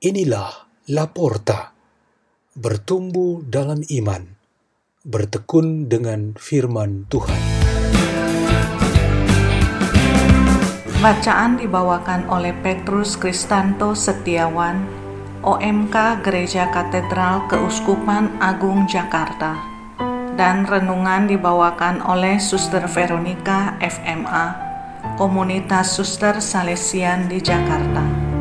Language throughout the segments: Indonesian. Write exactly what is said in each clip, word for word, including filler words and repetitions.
Inilah Laporta, bertumbuh dalam iman, bertekun dengan firman Tuhan. Bacaan dibawakan oleh Petrus Kristanto Setiawan, O M K Gereja Katedral Keuskupan Agung Jakarta, dan renungan dibawakan oleh Suster Veronica F M A, Komunitas Suster Salesian di Jakarta.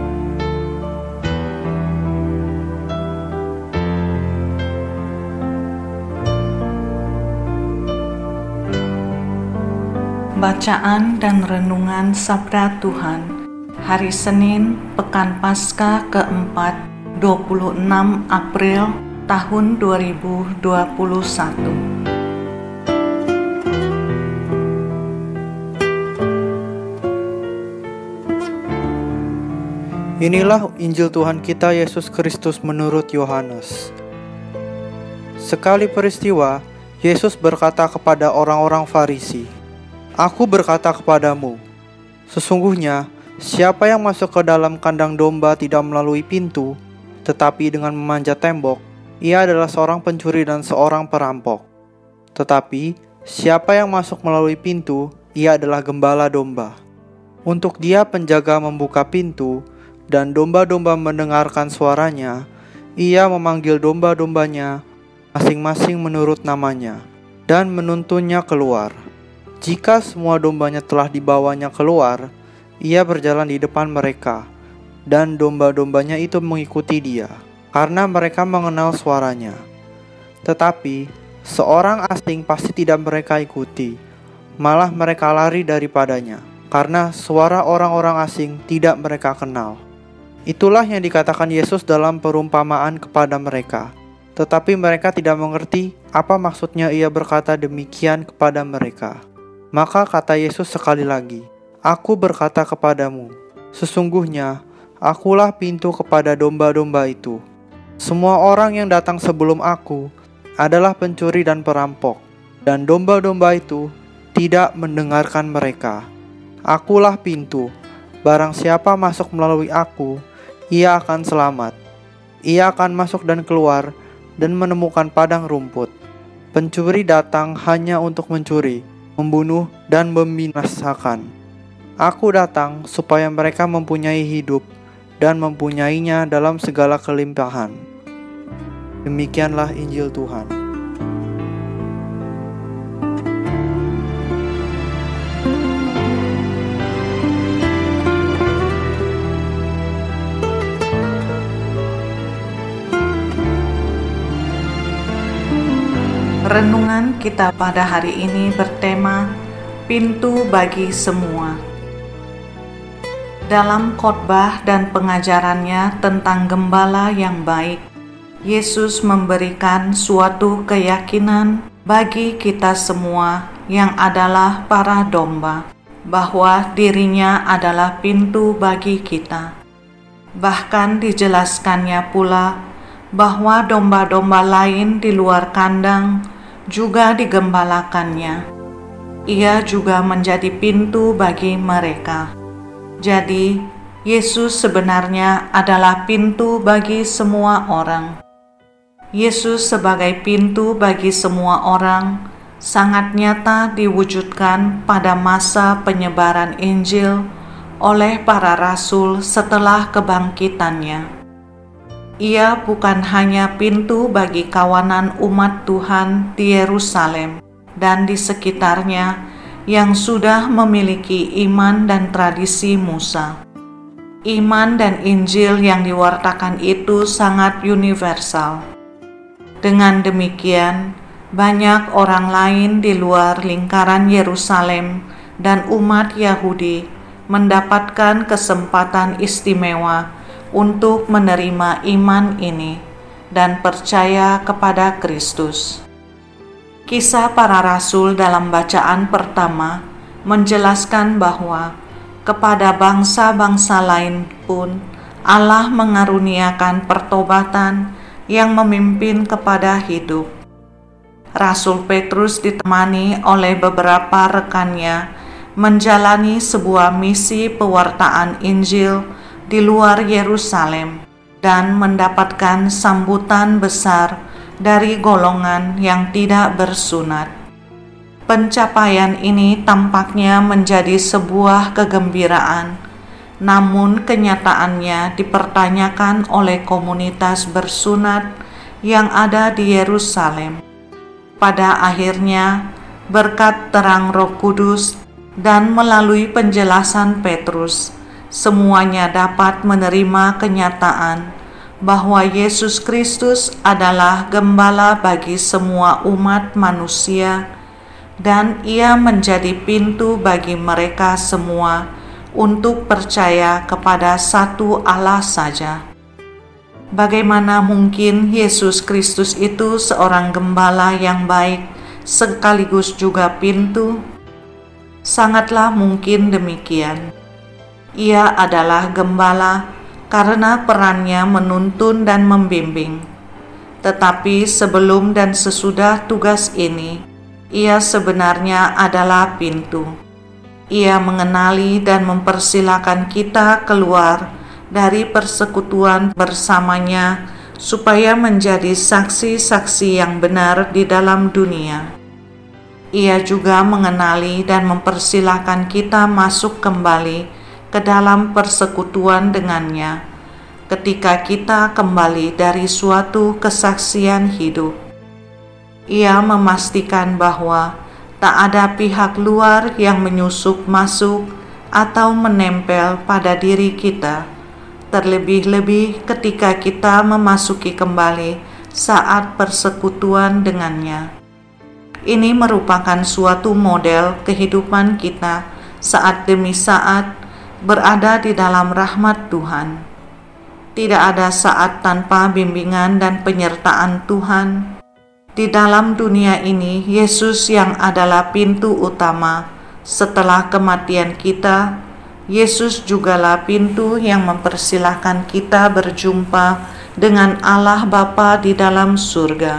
Bacaan dan renungan Sabda Tuhan hari Senin, Pekan Paskah keempat, dua puluh enam April tahun dua ribu dua puluh satu. Inilah Injil Tuhan kita Yesus Kristus menurut Yohanes. Sekali peristiwa, Yesus berkata kepada orang-orang Farisi, "Aku berkata kepadamu, sesungguhnya siapa yang masuk ke dalam kandang domba tidak melalui pintu, tetapi dengan memanjat tembok, ia adalah seorang pencuri dan seorang perampok. Tetapi siapa yang masuk melalui pintu, ia adalah gembala domba. Untuk dia penjaga membuka pintu, dan domba-domba mendengarkan suaranya, ia memanggil domba-dombanya masing-masing menurut namanya, dan menuntunnya keluar. Jika semua dombanya telah dibawanya keluar, ia berjalan di depan mereka, dan domba-dombanya itu mengikuti dia, karena mereka mengenal suaranya. Tetapi seorang asing pasti tidak mereka ikuti, malah mereka lari daripadanya, karena suara orang-orang asing tidak mereka kenal." Itulah yang dikatakan Yesus dalam perumpamaan kepada mereka. Tetapi mereka tidak mengerti apa maksudnya ia berkata demikian kepada mereka. Maka kata Yesus sekali lagi, "Aku berkata kepadamu, sesungguhnya akulah pintu kepada domba-domba itu. Semua orang yang datang sebelum aku adalah pencuri dan perampok, dan domba-domba itu tidak mendengarkan mereka. Akulah pintu, barang siapa masuk melalui aku, ia akan selamat. Ia akan masuk dan keluar dan menemukan padang rumput. Pencuri datang hanya untuk mencuri, membunuh, dan membinasakan. Aku datang supaya mereka mempunyai hidup dan mempunyainya dalam segala kelimpahan." Demikianlah Injil Tuhan. Renungan kita pada hari ini bertema Pintu bagi Semua. Dalam khotbah dan pengajarannya tentang gembala yang baik, Yesus memberikan suatu keyakinan bagi kita semua yang adalah para domba, bahwa dirinya adalah pintu bagi kita. Bahkan dijelaskannya pula bahwa domba-domba lain di luar kandang juga digembalakannya. Ia juga menjadi pintu bagi mereka. Jadi, Yesus sebenarnya adalah pintu bagi semua orang. Yesus sebagai pintu bagi semua orang sangat nyata diwujudkan pada masa penyebaran Injil oleh para rasul setelah kebangkitannya. Ia bukan hanya pintu bagi kawanan umat Tuhan di Yerusalem dan di sekitarnya yang sudah memiliki iman dan tradisi Musa. Iman dan Injil yang diwartakan itu sangat universal. Dengan demikian, banyak orang lain di luar lingkaran Yerusalem dan umat Yahudi mendapatkan kesempatan istimewa untuk menerima iman ini dan percaya kepada Kristus. Kisah para rasul dalam bacaan pertama menjelaskan bahwa kepada bangsa-bangsa lain pun Allah mengaruniakan pertobatan yang memimpin kepada hidup. Rasul Petrus ditemani oleh beberapa rekannya menjalani sebuah misi pewartaan Injil di luar Yerusalem dan mendapatkan sambutan besar dari golongan yang tidak bersunat. Pencapaian ini tampaknya menjadi sebuah kegembiraan, namun kenyataannya dipertanyakan oleh komunitas bersunat yang ada di Yerusalem. Pada akhirnya, berkat terang Roh Kudus dan melalui penjelasan Petrus, semuanya dapat menerima kenyataan bahwa Yesus Kristus adalah gembala bagi semua umat manusia, dan Ia menjadi pintu bagi mereka semua untuk percaya kepada satu Allah saja. Bagaimana mungkin Yesus Kristus itu seorang gembala yang baik sekaligus juga pintu? Sangatlah mungkin demikian. Ia adalah gembala karena perannya menuntun dan membimbing. Tetapi sebelum dan sesudah tugas ini, Ia sebenarnya adalah pintu. Ia mengenali dan mempersilakan kita keluar dari persekutuan bersamanya supaya menjadi saksi-saksi yang benar di dalam dunia. Ia juga mengenali dan mempersilakan kita masuk kembali ke dalam persekutuan dengannya ketika kita kembali dari suatu kesaksian hidup. Ia memastikan bahwa tak ada pihak luar yang menyusup masuk atau menempel pada diri kita, terlebih-lebih ketika kita memasuki kembali saat persekutuan dengannya. Ini merupakan suatu model kehidupan kita saat demi saat berada di dalam rahmat Tuhan. Tidak ada saat tanpa bimbingan dan penyertaan Tuhan. Di dalam dunia ini, Yesus yang adalah pintu utama setelah kematian kita, Yesus jugalah pintu yang mempersilahkan kita berjumpa dengan Allah Bapa di dalam surga.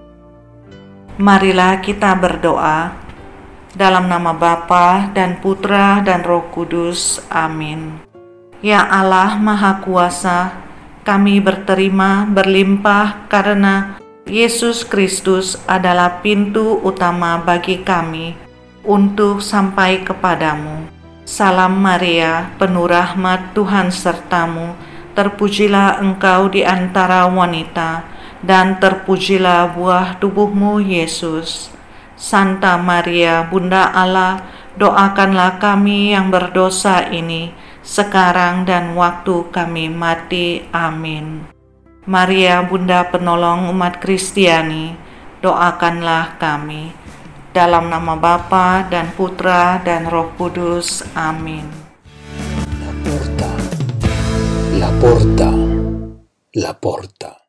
Marilah kita berdoa. Dalam nama Bapa dan Putra dan Roh Kudus. Amin. Ya Allah Maha Kuasa, kami berterima berlimpah karena Yesus Kristus adalah pintu utama bagi kami untuk sampai kepadamu. Salam Maria, penuh rahmat, Tuhan sertamu. Terpujilah engkau di antara wanita, dan terpujilah buah tubuhmu Yesus. Santa Maria, Bunda Allah, doakanlah kami yang berdosa ini, sekarang dan waktu kami mati. Amin. Maria, Bunda penolong umat Kristiani, doakanlah kami. Dalam nama Bapa dan Putra dan Roh Kudus. Amin. La porta, la porta, la porta.